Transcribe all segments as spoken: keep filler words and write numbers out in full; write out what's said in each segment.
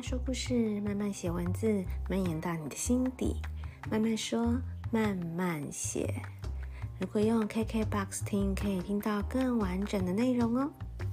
慢说故事，慢慢写文字，蔓延到你的心底。慢慢说，慢慢写。如果用 K K B O X 听，可以听到更完整的内容哦。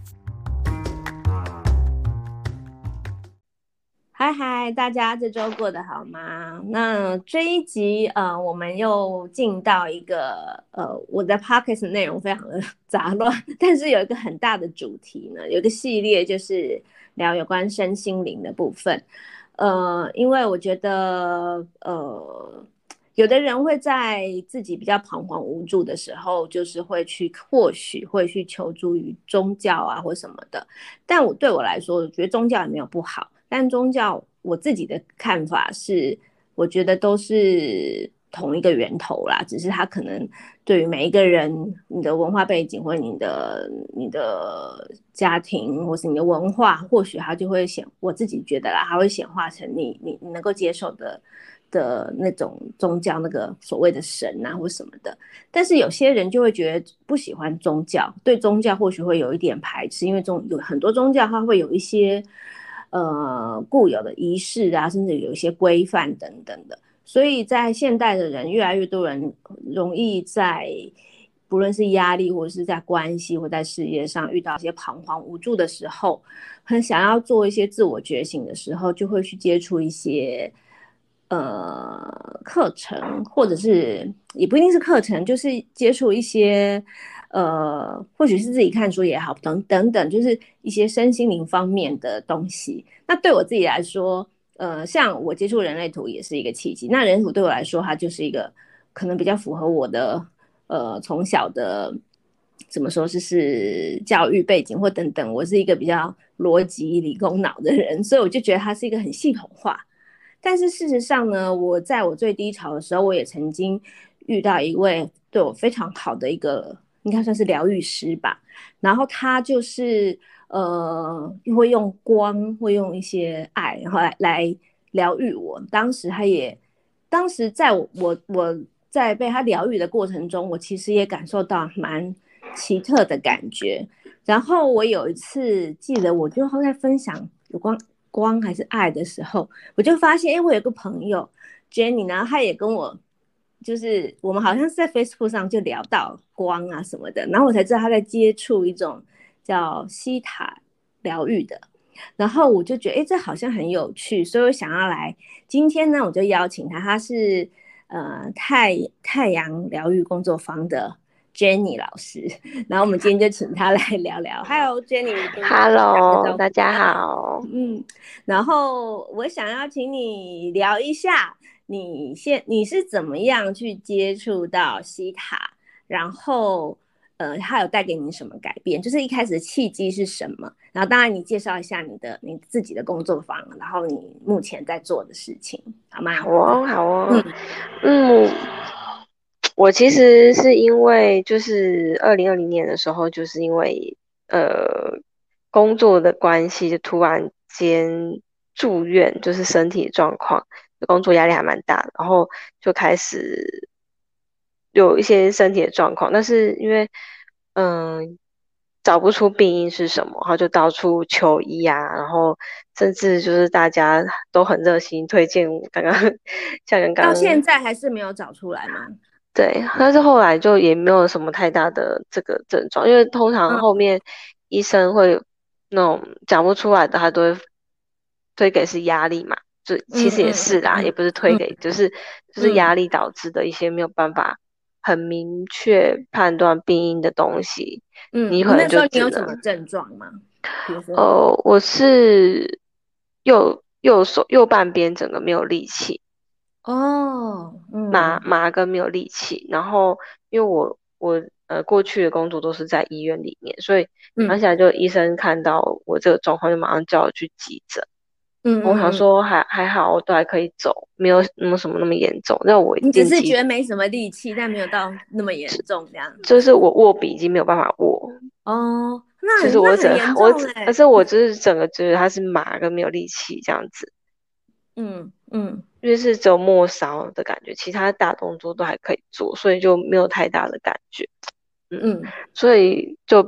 嗨嗨，大家这周过得好吗？那这一集呃，我们又进到一个呃，我的 podcast 内容非常的杂乱，但是有一个很大的主题呢，有一个系列就是聊有关身心灵的部分。呃，因为我觉得呃，有的人会在自己比较彷徨无助的时候，就是会去或许会去求助于宗教啊或什么的。但我对我来说，我觉得宗教也没有不好。但宗教我自己的看法是，我觉得都是同一个源头啦，只是它可能对于每一个人，你的文化背景或者你的你的家庭或是你的文化，或许它就会显，我自己觉得啦，它会显化成你你你能够接受的的那种宗教，那个所谓的神啊或什么的。但是有些人就会觉得不喜欢宗教，对宗教或许会有一点排斥，因为宗有很多宗教它会有一些呃固有的仪式啊，甚至有一些规范等等的。所以在现代的人，越来越多人容易在不论是压力或者是在关系或在事业上遇到一些彷徨无助的时候，很想要做一些自我觉醒的时候，就会去接触一些呃课程，或者是也不一定是课程，就是接触一些呃或许是自己看书也好，等等等，就是一些身心灵方面的东西。那对我自己来说，呃，像我接触人类图也是一个契机。那人类图对我来说，它就是一个可能比较符合我的呃从小的怎么说，就是教育背景或等等。我是一个比较逻辑理工脑的人，所以我就觉得它是一个很系统化。但是事实上呢，我在我最低潮的时候，我也曾经遇到一位对我非常好的一个，应该算是疗愈师吧。然后他就是呃，会用光，会用一些爱，然后来来疗愈我。当时他也，当时在我我我在被他疗愈的过程中，我其实也感受到蛮奇特的感觉。然后我有一次记得，我就在分享有关光还是爱的时候，我就发现，哎，我有个朋友 Jenny， 然后她也跟我，就是我们好像是在 Facebook 上就聊到光啊什么的，然后我才知道她在接触一种叫西塔疗愈的，然后我就觉得，哎，这好像很有趣，所以我想要来。今天呢，我就邀请她，她是呃太太阳疗愈工作坊的 Jenny 老师，然后我们今天就请她来聊聊。Hello Jenny，跟大家打个 Hello， 招呼。 大家好。 嗯，然后我想要请你聊一下，你现你是怎么样去接触到西塔，然后呃，它有带给你什么改变？就是一开始的契机是什么？然后当然你介绍一下你的你自己的工作坊，然后你目前在做的事情，好吗？ 好哦，好哦。 嗯嗯，我其实是因为就是二零二零年的时候，就是因为呃工作的关系，就突然间住院，就是身体状况，工作压力还蛮大的，然后就开始有一些身体的状况，但是因为嗯找不出病因是什么，然后就到处求医啊，然后甚至就是大家都很热心推荐我刚刚像刚到现刚在还是没有找出来吗？ 对，但是后来就也没有什么太大的这个症状，因为通常后嗯面医生会那种讲不出来的，他都会推给是压力嘛，就其实也嗯嗯是啦，也嗯不是推嗯给，就是就是嗯压力导致的一些没有办法很明确判断病因的东西， 嗯， 你可能就你那时候你只能有什么症状吗？比如说， 哦，我是右右手右半边整个没有力气， 哦， 麻嗯麻跟没有力气。然后因为我我呃过去的工作都是在医院里面，所以当嗯下就医生看到我这个状况，就马上叫我去急诊。 嗯我想嗯嗯， 说还还好，我都还可以走，没有那么什么那么严重。那我你只是觉进急， 得没什么力气，但没有到那么严重这样。 就是我握笔已经没有办法握， 哦，那就是我整很那很严我整，而重哎。 且我就是整个就是它是麻跟没有力气这样子。 嗯嗯因为是只有末梢的感觉，其他大动作都还可以做，所以就没有太大的感觉。嗯， 嗯所以就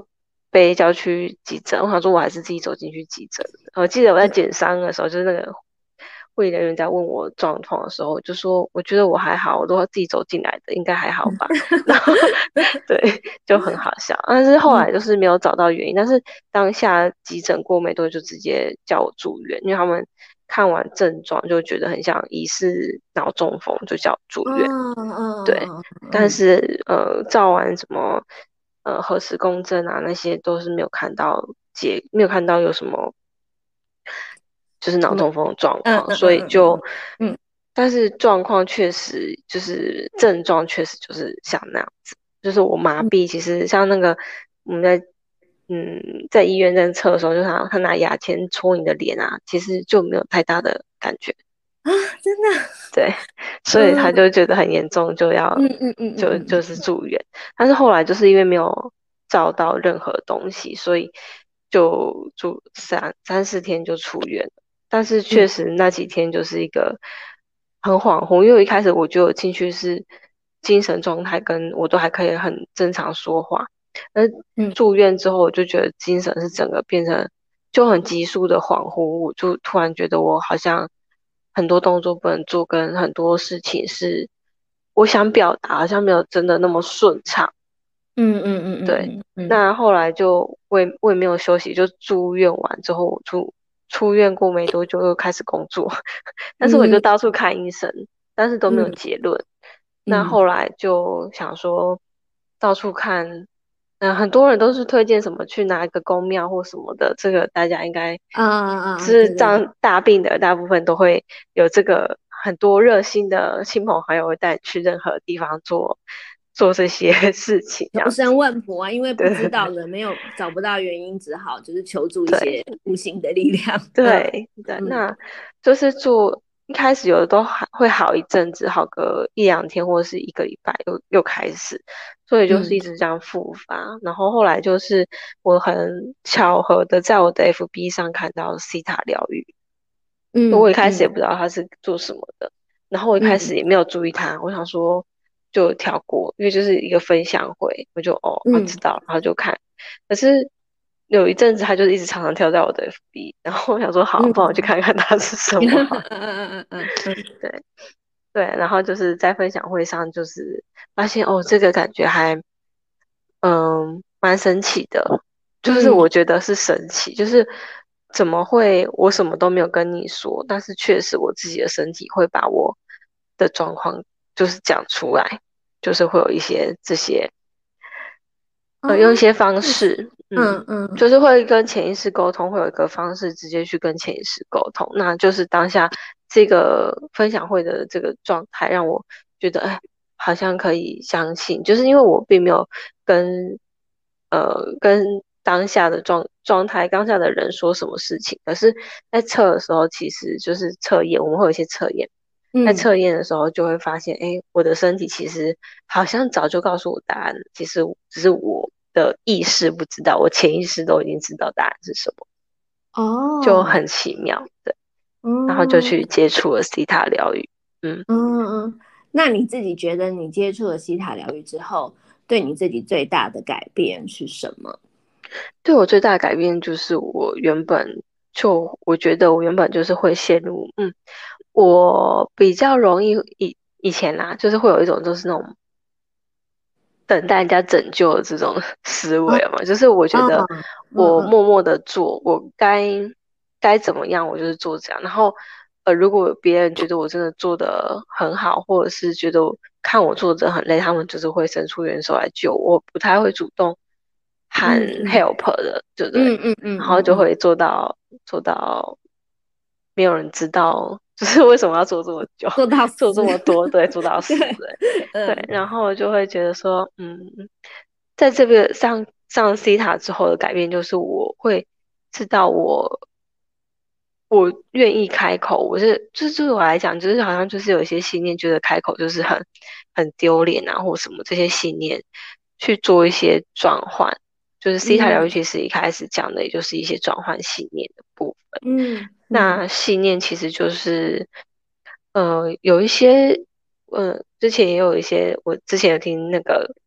被叫去急诊，我想说我还是自己走进去急诊。我记得我在检伤的时候，就是那个护理人员在问我状况的时候，我就说我觉得我还好，我都自己走进来的，应该还好吧。然后对，就很好笑。但是后来就是没有找到原因，但是当下急诊过没多久就直接叫我住院，因为他们看完症状就觉得很像疑似脑中风，就叫我住院。 嗯嗯对， 嗯但嗯是呃，照完什么呃核磁共振啊，那些都是没有看到结，没有看到有什么就是脑什么？ 中风的状况， 嗯嗯所以就， 嗯嗯嗯但是状况确实就是症状确实就是像那样子，就是我麻嗯痹，其实像那个我们在嗯在医院在测的时候，就他他拿牙签戳你的脸啊，其实就没有太大的感觉。 啊，真的。 对，所以他嗯就觉得很严重，就要嗯嗯嗯嗯嗯就就是住院。但是后来就是因为没有找到任何东西，所以就住三三四天就出院了。但是确嗯实那几天就是一个很恍惚，因为我一开始我就有进去是精神状态，跟我都还可以很正常说话。而嗯住院之后，我就觉得精神是整个变成就很急速的恍惚，我就突然觉得我好像很多动作不能做，跟很多事情是我想表达，好像没有真的那么顺畅。 嗯嗯嗯嗯对， 嗯嗯那后来就我也我也没有休息，就住院完之后，我出出院过没多久又开始工作，但是我就嗯到处看医生，但是都没有嗯结论。那嗯后来就想说到处看，嗯、很多人都是推荐什么去拿一个公庙或什么的，这个大家应该啊啊啊啊！ 是对对对， 这样，大病的大部分都会有这个，很多热心的亲朋好友会带你去任何地方做做这些事情，这样子。 求神问卜啊，因为不知对对道的，没有找不到原因，只好就是求助一对些无形的力量。嗯对对， 嗯那就是做一开始有的都还会好一阵子，好个一两天或者是一个礼拜又又开始，所以就是嗯一直这样复发。然后后来就是我很巧合的在我的 F B 上看到西塔疗愈，我一开始也嗯嗯不知道他是做什么的，然后我一开嗯始也没有注意他，我想说就跳过，因为就是一个分享会，我就哦我知嗯道了，然后就看。可是有一阵子他就是一直常常跳在我的 F B，然后我想说好，帮我去嗯看看他是什嗯么好。 嗯嗯嗯对对，然后就是在分享会上就是发现哦，这个感觉还嗯蛮神奇的，就是嗯我觉得是神奇，就是怎么会我什么都没有跟你说，但是确实我自己的身体会把我的状况就是讲出来，就是会有一些这些呃用一哦， 些方式，嗯， 嗯嗯就是会跟潜意识沟通，会有一个方式直接去跟潜意识沟通，那就是当下这个分享会的这个状态让我觉得哎。好像可以相信，就是因为我并没有跟呃跟当下的状状态、当下的人说什么事情，可是，在测的时候，其实就是测验，我们会有一些测验，在嗯。 测验的时候就会发现，哎，我的身体其实好像早就告诉我答案了，其实只是我的意识不知道，我潜意识都已经知道答案是什么，就哦， 很奇妙，对，然后就嗯去接触了西塔疗愈，嗯。 嗯嗯，那你自己觉得你接触了西塔疗愈之后，对你自己最大的改变是什么？ 对我最大的改变就是我原本就我觉得我原本就是会陷入，嗯，我比较容易以以前啦，就是会有一种就是那种等待人家拯救的这种思哦维嘛，就是我觉哦， 得嗯嗯我默默的做，我该该怎么样，我就是做这样。然后呃，如果别人觉得我真的做的很好，或者是觉得我看我做的很累，他们就是会伸出援手来救我，我不太会主动喊嗯嗯 help 的，对不对？ 嗯嗯嗯然后嗯嗯， 就会做到做到没有人知道，就是为什么要做这么久， 做到做这死， 么多，对，做到死， 对， 对。对， 嗯然后我就会觉得说，嗯，在这个上上 C 塔之后的改变，就是我会知道我我愿意开口，我是就是对我来讲，就是好像就是有一些信念，觉得开口就是很很丢脸啊，或什么这些信念去做一些转换。就是 C 塔疗愈嗯其实一开始讲的，也就是一些转换信念的部分。 嗯嗯那信念其实就是，呃，有一些，呃，之前也有一些，我之前有听那个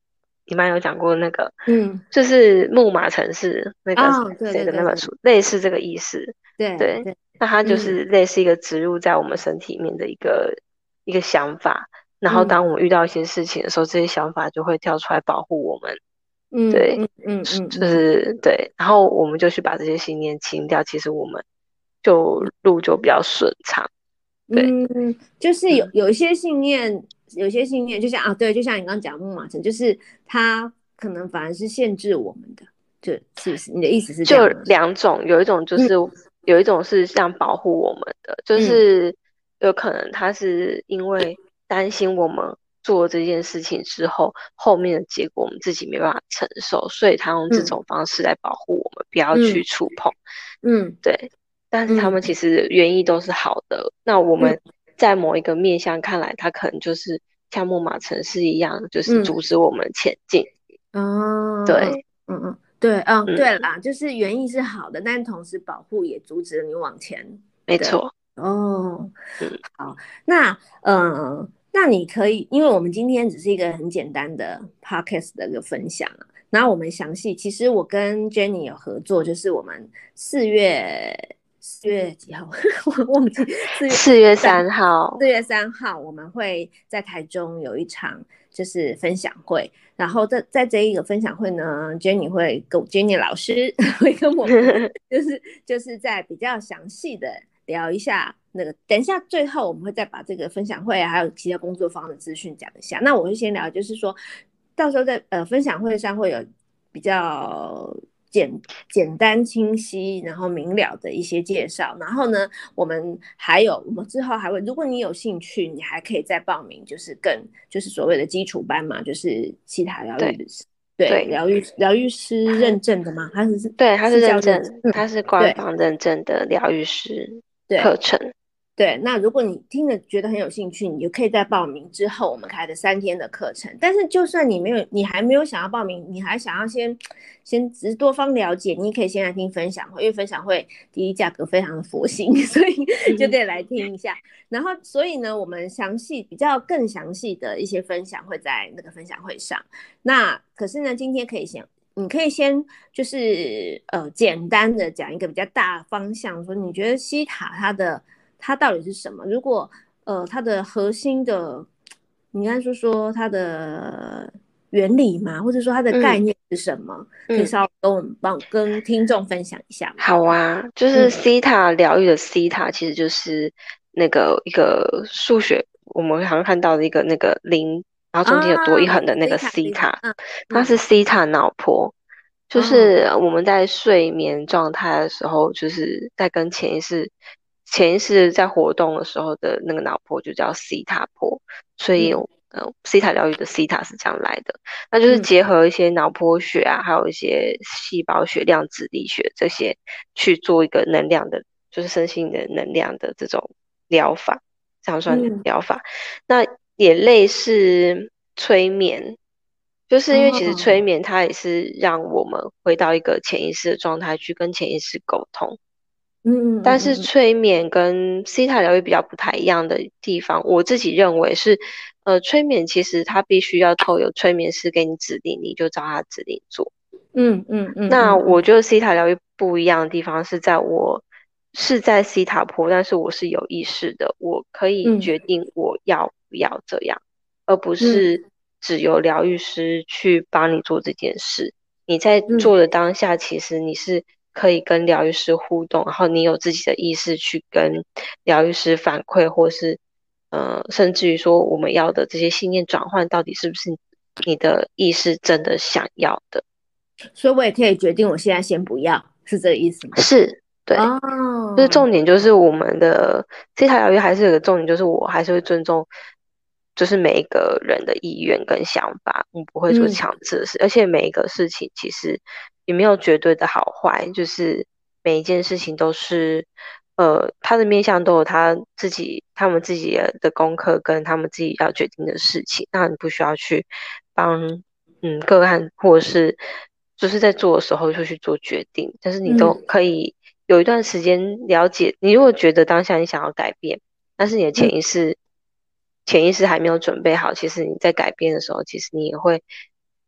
你妈有讲过那个， 嗯， 就是木马城市那个哦，对谁对对对的那本书，类似这个意思。对， 对对， 那它就嗯是类似一个植入在我们身体里面的一个一个想法，然后嗯当我们遇到一些事情的时候，这些想法就会跳出来保护我们。对， 嗯嗯嗯嗯就嗯是对，然后我们就去把这些信念清掉，其实我们就路就比较顺畅。对， 嗯，就是有嗯， 有一些信念，有些信念，就像啊，对，就像你刚刚讲木马城，就是它可能反而是限制我们的，就是不是？你的意思是这样就吗？ 两种，有一种就嗯是有一种是像保护我们的，就嗯是有可能他是因为担心我们做这件事情之后，后面的结果我们自己没办法承受，所以他用这嗯种方式来保护我们，不要去嗯触碰。 嗯对，但是他们嗯其实原意都是好的。那我嗯们在某一个面向看来，他可能就是像木马城市一样，就是嗯， 阻止我们前进。 哦，嗯对， 嗯嗯，对，嗯嗯， 对啦，就是原意是好的，但同时保护也阻止了你往前的。 没错， 哦， 嗯， 好，那嗯、呃那你可以，因为我们今天只是一个很简单的 podcast 的一个分享啊，然后我们详细，其实我跟 Jenny 有合作，就是我们四月四月几号，我忘记四月四月三三号。 四月三号我们会在台中有一场就是分享会，然后在在这一个分享会呢，Jenny 会跟 Jenny 老师会跟我们就是就是在比较详细的聊一下那个，等一下最后我们会再把这个分享会啊还有其他工作坊的资讯讲一下。那我会先聊，就是说到时候在呃分享会上会有比较简简单清晰，然后明了的一些介绍。然后呢，我们还有我们之后还会，如果你有兴趣，你还可以再报名，就是更就是所谓的基础班嘛，就是西塔疗愈对的。对， 对， 疗愈疗愈师他认证的吗？还是对他是是认叫认证？ 证， 嗯， 他是官对方认证的疗愈师课对， 程。 对，那如果你听了觉得很有兴趣，你就可以在报名之后我们开的三天的课程。但是就算你没有，你还没有想要报名，你还想要先先只是多方了解，你可以先来听分享会，因为分享会第一价格非常的佛心，所以就可以来听一下。然后所以呢，我们详细比较更详细的一些分享会在那个分享会上。那可是呢，今天可以先。你可以先就是呃简单的讲一个比较大方向，说你觉得西塔它的它到底是什么？如果呃它的核心的，你应该说说它的原理嘛，或者说它的概嗯念是什么？可以嗯， 稍微跟我们帮跟听众分享一下吗？ 好啊，就是嗯 C 塔疗愈的 C 塔，其实就是那个一个数学，我们常常看到的一个那个零，然后中间有多一啊， 横的那个西塔 C 西塔， 塔， 嗯它是嗯 C 塔脑波。就哦是我们在睡眠状态的时候，就是在跟潜意识、潜意识在活动的时候的那个脑波，就叫西塔波。所以， 嗯呃，西塔疗愈的西塔是这样来的。那就是嗯结合一些脑波学啊，还有一些细胞学、量子力学这些，去做一个能量的，就是身心的能量的这种疗法，这样算嗯疗法。那也类似催眠。就是因为其实催哦眠它也是让我们回到一个潜意识的状态去跟潜意识沟通， 嗯嗯但是嗯嗯催眠跟西塔疗愈比较不太一样的地方，我自己认为是，呃，催眠其实它必须要透有催眠师给你指令，你就照他指令做。 嗯嗯嗯那嗯嗯我觉得西塔疗愈不一样的地方是在我是在西塔坡，但是我是有意识的，我可以嗯决定我要不要这样，而不嗯是只由疗愈师去帮你做这件事。你在嗯做的当下，其实你是可以跟疗愈师互动，然后你有自己的意识去跟疗愈师反馈，或是呃，甚至于说我们要的这些信念转换，到底是不是你的意识真的想要的？ 所以我也可以决定我现在先不要，是这个意思吗？ 是，对。就是哦， 重点就是我们的这套疗愈还是有个重点，就是我还是会尊重，就是每一个人的意愿跟想法，我不会做嗯强制的事，而且每一个事情其实也没有绝对的好坏，就是每一件事情都是，呃，他的面向都有他自己他们自己的功课跟他们自己要决定的事情，那你不需要去帮嗯个案或者是就是在做的时候就去做决定，但是你都嗯可以有一段时间了解，你如果觉得当下你想要改变，但是你的嗯潜意识潜意识还没有准备好，其实你在改变的时候，其实你也会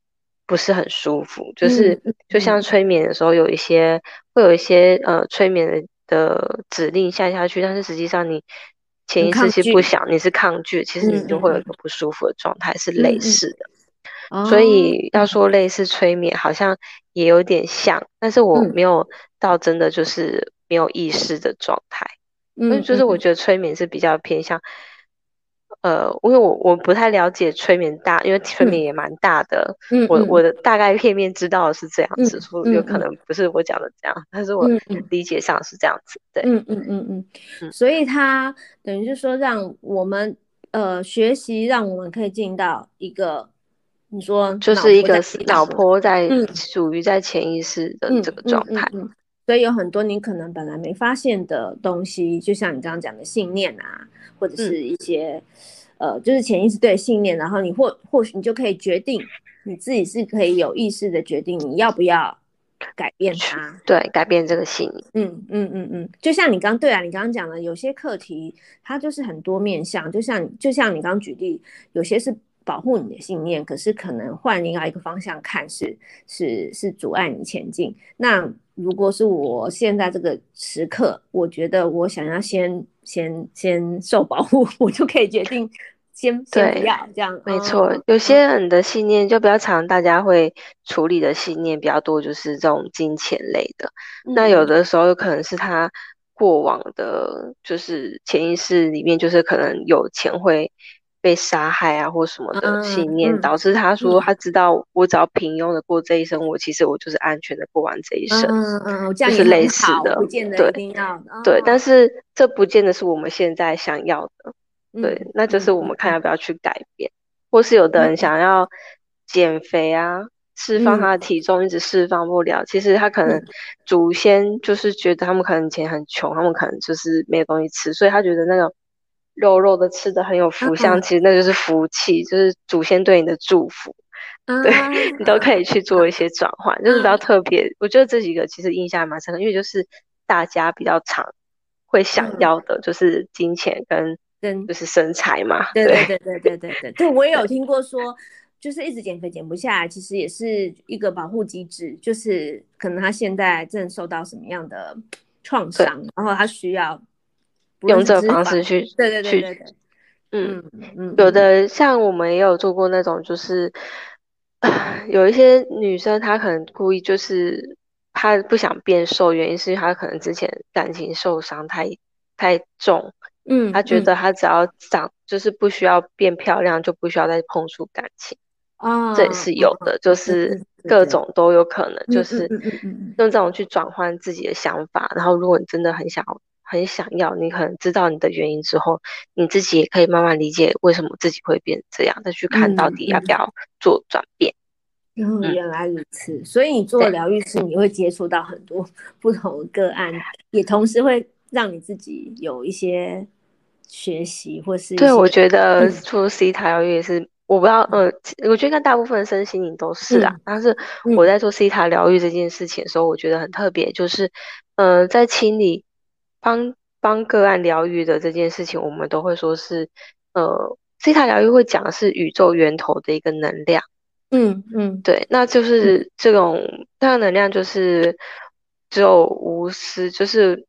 不是很舒服，就嗯是嗯就像催眠的时候有一些会有一些呃催眠的的指令下下去，但是实际上你潜很意识抗拒。 是不想，你是抗拒，其实嗯你就会有一嗯个不舒服的状态，是类嗯嗯似的。 嗯， 所哦， 以要说类似催眠，好像也有点像，但是我嗯没有到真的就是没有意识的状态。所以就是我嗯嗯觉得催眠是比较偏向，呃，因为我我不太了解催眠大，因为催眠嗯也蛮大的，我我嗯嗯的大概片面知道的是这样嗯子，说有嗯嗯可能不是我讲的这样，但是我嗯嗯理解上是这样子，对， 嗯嗯嗯嗯， 嗯， 所以它等于是说让我们呃学习，让我们可以进到一个你说脑波在就是一个脑低档的， 波在嗯属于在潜意识的这嗯个状态， 嗯嗯嗯，所以有很多你可能本来没发现的东西，就像你刚刚讲的信念啊，或者嗯， 是一些呃，就是潜意识对信念，然后你或或许你就可以决定你自己是可以有意识的决定你要不要改变去它。 对改变这个信念， 嗯嗯嗯嗯，就像你刚对啊，你刚刚讲的，有些课题它就是很多面向，就像就像你刚刚举例，有些是保护你的信念，可是可能换另外一个方向看是是是阻碍你前进。那如果是我现在这个时刻，我觉得我想要先先先受保护，我就可以决定先先不对。 要这样。 没错， 嗯有嗯些人的信念就比较常，大家会处理的信念比较多，就是这种金钱类的。那有嗯的时候有可能是他过往的，就是潜意识里面，就是可能有钱会被杀害啊，或什么的嗯信念， 嗯导致他说嗯他知道我只要平庸的过这一生，我其实我就是安全的过完这一生， 嗯嗯，这样也就是类很好， 似的， 不见得对一定要对。但哦。 是这不见得是我们现在想要的。 嗯对，那就是我们看嗯要不要去改变，或是有的人嗯想要减肥啊，释放嗯他的体重，一直释放不了。其实他可能嗯祖先就是觉得他们可能以前很穷，他们可能就是没有东西吃，所以他觉得那个肉肉的吃的很有福相， 嗯其实那就是福气，就是祖先对你的祝福。对你都可以去做一些转换，就是比较嗯特别。我觉得这几个其实印象还蛮深刻，因为就是大家比较常会想嗯， 要的，就是金钱跟跟就是身材嘛。 对对对对对对对对对，我也有对听过说，就是一直减肥减不下来，其实也是一个保护机制，就是可能他现在正受到什么样的创对， 伤，然后他需要不论用这个是脂肪， 方式去对对对去， 对对， 嗯， 嗯嗯有嗯的像我们也有做过那种，就是有一些女生她可能故意就是她不想变瘦，原因是因为她可能之前感情受伤太太重，她觉嗯嗯得她只要长就是不需要变漂亮，就不需要再碰触感情。这也啊啊， 是有的，就对对是对对， 各种都有可能，就是嗯嗯嗯嗯嗯用这种去转换自己的想法。然后，如果你真的很想很想要，你可能知道你的原因之后，你自己也可以慢慢理解为什么自己会变这样，再去看到嗯嗯嗯。 底要不要做转变。 哦， 嗯， 原来如此，所以你做对疗愈师，你会接触到很多不同的个案，也同时会让你自己有一些学习或是一对， 些， 我觉得嗯出 C 塔疗愈也是。我不知道，呃，其我觉得跟大部分身心灵都是啊。 嗯但是我嗯在做 C 塔疗愈这件事情的时候，我觉得很特别，就是，呃，在清理帮帮个案疗愈的这件事情，我们都会说是，呃，C 塔疗愈会讲的是宇宙源头的一个能量。 嗯嗯对，那就嗯是这种它的能量就是只有无私，就是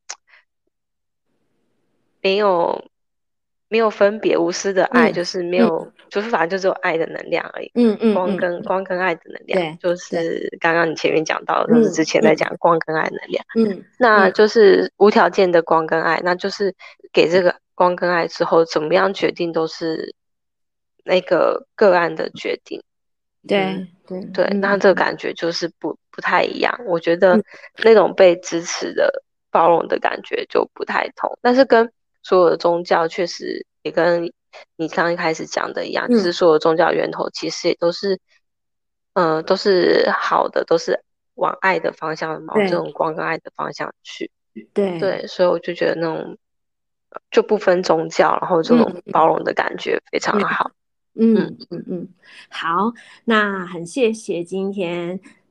没有没有分别，无私的爱， 嗯就是没嗯有，就是反正就只有爱的能量而已。 嗯嗯光嗯， 跟光跟爱的能量， 对就对， 是刚刚你前面讲到的，就是嗯之前在嗯讲光跟爱的能量， 嗯那嗯就是无条件的光跟爱，那就是给这个光跟爱之后，怎么样决定都是那个个案的决定。嗯。 对对， 对，那嗯这个感觉就是不不太一样。我觉得嗯那种被支持的、包容的感觉就不太同。但是跟所有的宗教确实也跟你刚一开始讲的一样，就是嗯， 所有的宗教源头其实也都是，呃，都是好的，都是往爱的方向，往这对种光跟爱的方向去。 对， 对，所以我就觉得那种就不分宗教，然后这种嗯包容的感觉非常嗯好。嗯嗯嗯嗯，好，那很谢谢今天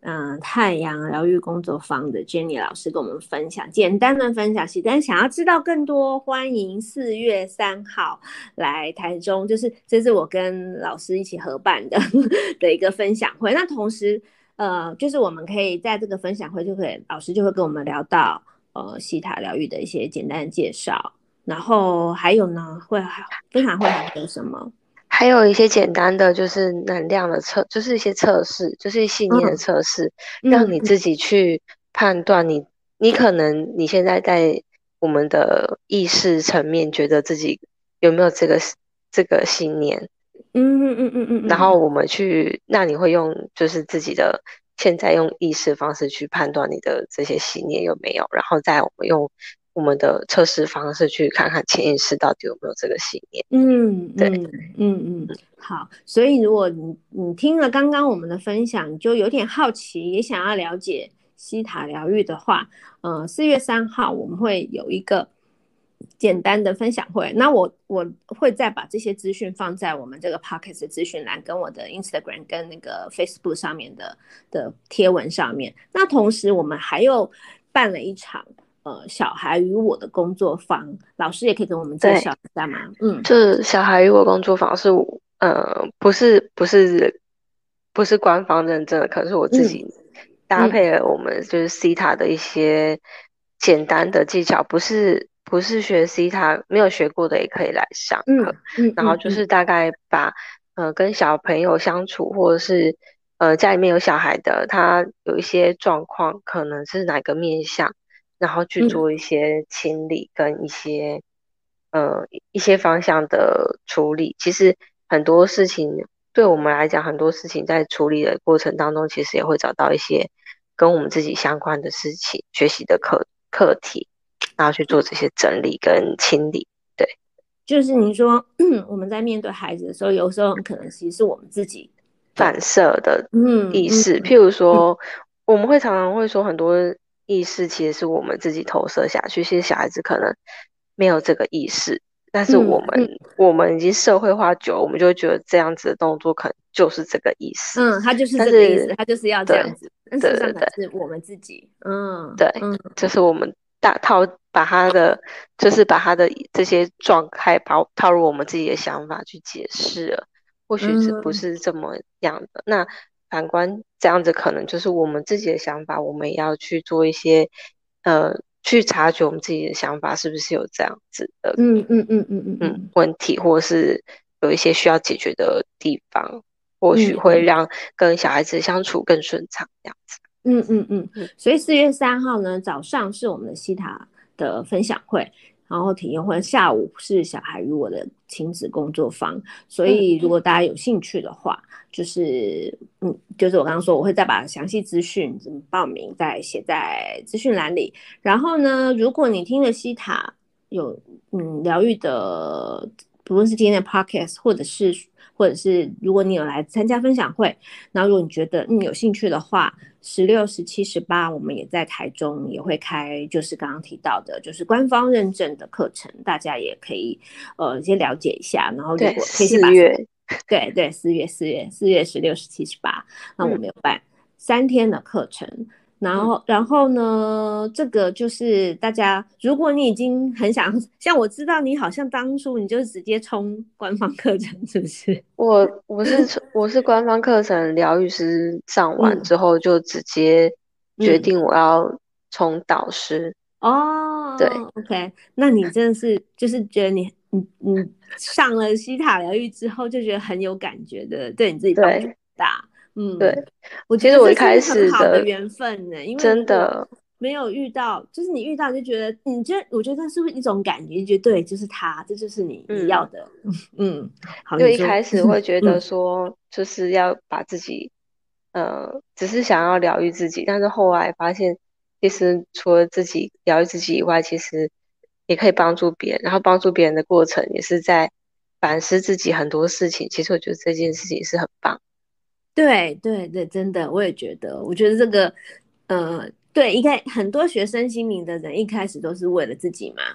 嗯、呃太阳疗愈工作坊的 Jenny 老师跟我们分享，简单的分享，但想要知道更多，欢迎四月三号来台中，就是这是我跟老师一起合办的的一个分享会。那同时，呃，就是我们可以在这个分享会就可以，老师就会跟我们聊到呃西塔疗愈的一些简单的介绍，然后还有呢，会分享会还会有什么？ 还有一些简单的就是能量的测，就是一些测试，就是信念的嗯测试，让嗯嗯你自己去判断你，你可能你现在在我们的意识层面，觉得自己有没有这个这个信念， 嗯嗯嗯嗯嗯嗯然后我们去，那你会用就是自己的现在用意识方式去判断你的这些信念有没有，然后再我们用我们的测试方式去看看潜意识到底有没有这个信念。对， 嗯嗯嗯嗯，好。所以如果你你听了刚刚我们的分享，你就有点好奇，也想要了解西塔疗愈的话，呃，四月三号我们会有一个简单的分享会。那我我会再把这些资讯放在我们这个 podcast 的资讯栏，跟我的 Instagram 跟那个 Facebook 上面的的贴文上面。那同时我们还有办了一场。呃，小孩与我的工作坊，老师也可以跟我们介对， 绍一下吗？嗯就是小孩与我工作坊是我呃不是不是不是官方认证的，可是我自嗯己搭嗯配了我们就是 C 塔的一些简单的技巧，不是不是学 C 塔没有学过的也可以来上课， 嗯嗯然后嗯嗯就是大概把呃跟小朋友相处，或者是呃家里面有小孩的，他有一些状况，可能是哪个面向。然后去嗯做一些清理跟一些呃一些方向的处理。其实很多事情对我们来讲，很多事情在处理的过程当中，其实也会找到一些跟我们自己相关的事情、学习的课课题，然后去做这些整理跟清理。对， 就是你说我们在面对孩子的时候，有时候很可能其实是我们自己的， 反射的嗯嗯意识，譬如嗯说，我们会常常会说很多意识其实是我们自己投射下去，其实小孩子可能没有这个意识，但是我们嗯嗯我们已经社会化久了，我们就会觉得这样子的动作可能就是这个意思， 嗯，他就是但这个意思， 是他就是要这样对子，但事实上可能对对对是我们自己，嗯对， 嗯就是我们大套把他的就是把他的这些状态套套入我们自己的想法去解释了，或许是不嗯是这么样的？那反观这样子，可能就是我们自己的想法，我们也要去做一些呃，去察觉我们自己的想法是不是有这样子的嗯嗯嗯嗯嗯嗯嗯问题，或是有一些需要解决的地方，或许嗯嗯会让跟小孩子相处更顺畅这样子。 嗯嗯嗯， 嗯， 所以四月三号呢，早上是我们的西塔的分享会，然后体验会，下午是小孩与我的亲子工作坊。所嗯， 以如果大家有兴趣的话，就是嗯，就是我刚刚说，我会再把详细资讯怎么报名再写在资讯栏里。然后呢，如果你听了西塔有嗯疗愈的，不论是今天的 podcast，或者是或者是如果你有来参加分享会，然后如果你觉得嗯有兴趣的话，十六、十七、十八，我们也在台中也会开，就是刚刚提到的，就是官方认证的课程，大家也可以呃先了解一下。然后如对， 果可以先把四月， 对对，四月四月四月十六、十七、十八，那我嗯们有办三天的课程。然嗯。 后，然后呢？这个就是大家，如果你已经很想，像我知道你好像当初你就直接冲官方课程，是不是？ 我我是我是官方课程疗愈师上完嗯之后，就直接决嗯， 定我要从导师。对哦，OK，那你真的是就是觉得你你你上了西塔疗愈之后，就觉得很有感觉的，对你自己帮助很对大。嗯， 对， 我觉其得这是实我一开很好的始的缘分呢，因为如果真的， 没有遇到，就是你遇到就觉得，你觉得我觉得是一种感觉，就觉得对，就是他，这就是你你要嗯， 的。嗯，好，你说， 就一开始会觉得嗯说，就是要把自己，呃，只是想要疗愈自己，但是后来发现，其实除了自己疗愈自己以外，其实也可以帮助别人，然后帮助别人的过程也是在反思自己很多事情。其实我觉得这件事情是很棒。 对对对，真的，我也觉得，我觉得这个，呃，对，一开很多学生心灵的人一开始都是为了自己嘛，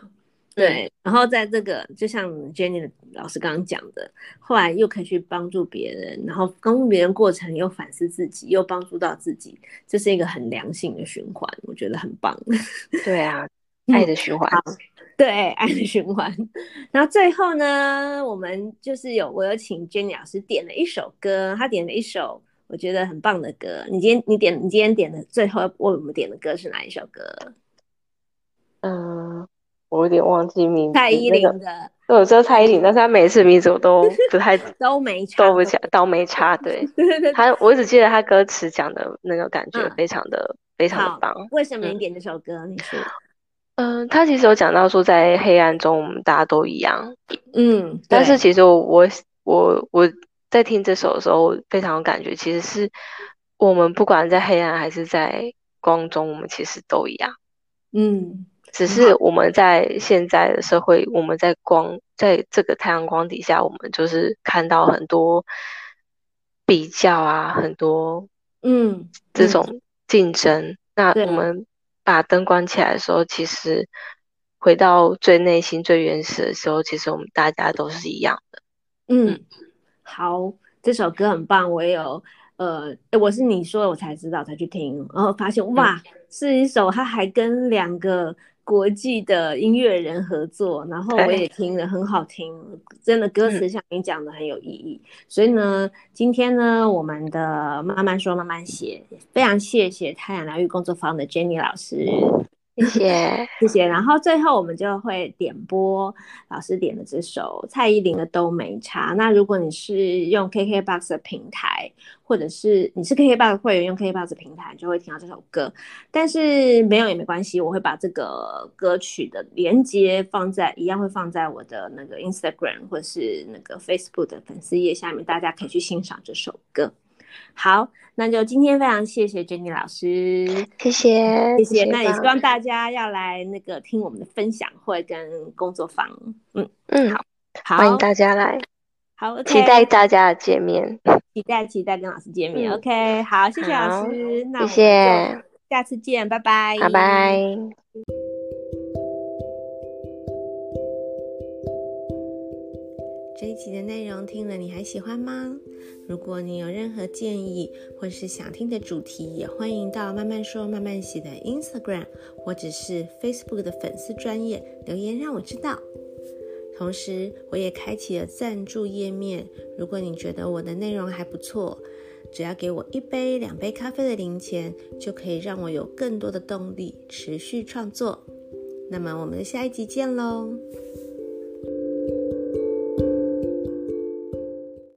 对，然后在这个就像 Jenny 老师刚刚讲的，后来又可以去帮助别人，然后帮助别人过程又反思自己，又帮助到自己，这是一个很良性的循环，我觉得很棒。 对啊， 嗯， 爱的循环。 好，对，爱的循环。然后最后呢，我们就是有我有请 Jenny 老师点了一首歌，他点了一首我觉得很棒的歌。你今天你点你今天点的最后为我们点的歌是哪一首歌？ 嗯、呃，我有点忘记名字。 蔡依那个， 林的。 我知道蔡依林，但是她每次名字我都不太都没差， 都不起来，都没差。对， 对对对， 她，我只记得她歌词讲的那个感觉嗯， 非常的非常的好， 棒。 为什么你嗯点这首歌？你说， 嗯、呃，她其实有讲到说，在黑暗中我们大家都一样。 嗯，对， 但是其实我我我我在听这首的时候，非常有感觉。其实是我们不管在黑暗还是在光中，我们其实都一样。 嗯， 只很好， 是我们在现在的社会，我们在光在这个太阳光底下，我们就是看到很多比较啊，很多嗯嗯， 这种竞争。那我对， 们把灯关起来的时候，其实回到最内心、最原始的时候，其实我们大家都是一样的。嗯嗯，好，这首歌很棒，我也有，呃，我是你说的我才知道才去听，然后发现嗯， 哇，是一首他还跟两个国际的音乐人合作，然后我对， 也听了，很好听，真的歌嗯， 词像你讲的很有意义。所以呢，今天呢，我们的慢慢说慢慢写，非常谢谢太阳疗愈工作坊的 Jenny 老师。 谢谢。 谢谢。然后最后我们就会点播老师点的这首蔡依林的都没差。那如果你是用 K K B O X 的平台，或者是你是 K K B O X 会员用 K K B O X 平台，就会听到这首歌。但是没有也没关系，我会把这个歌曲的连接放在一样会放在我的那个 Instagram 或者是那个 Facebook 的粉丝页下面，大家可以去欣赏这首歌。好，那就今天非常谢谢 Jenny 老师， 谢谢， 谢谢。 谢谢吧。 那也希望大家要来那个听我们的分享会跟工作坊。嗯， 嗯， 好， 欢迎好， 大家来， 好期待 ，OK， 大家的见面。 期待期待跟老师见面。 嗯， OK，好，谢谢老好， 师， 谢那我们就谢， 下次见，拜拜。 拜拜。 这一集的内容听了你还喜欢吗？如果你有任何建议或是想听的主题，也欢迎到慢慢说慢慢写的 Instagram 或者是 Facebook 的粉丝专页留言让我知道。同时我也开启了赞助页面，如果你觉得我的内容还不错，只要给我一杯两杯咖啡的零钱，就可以让我有更多的动力持续创作。那么我们下一集见咯。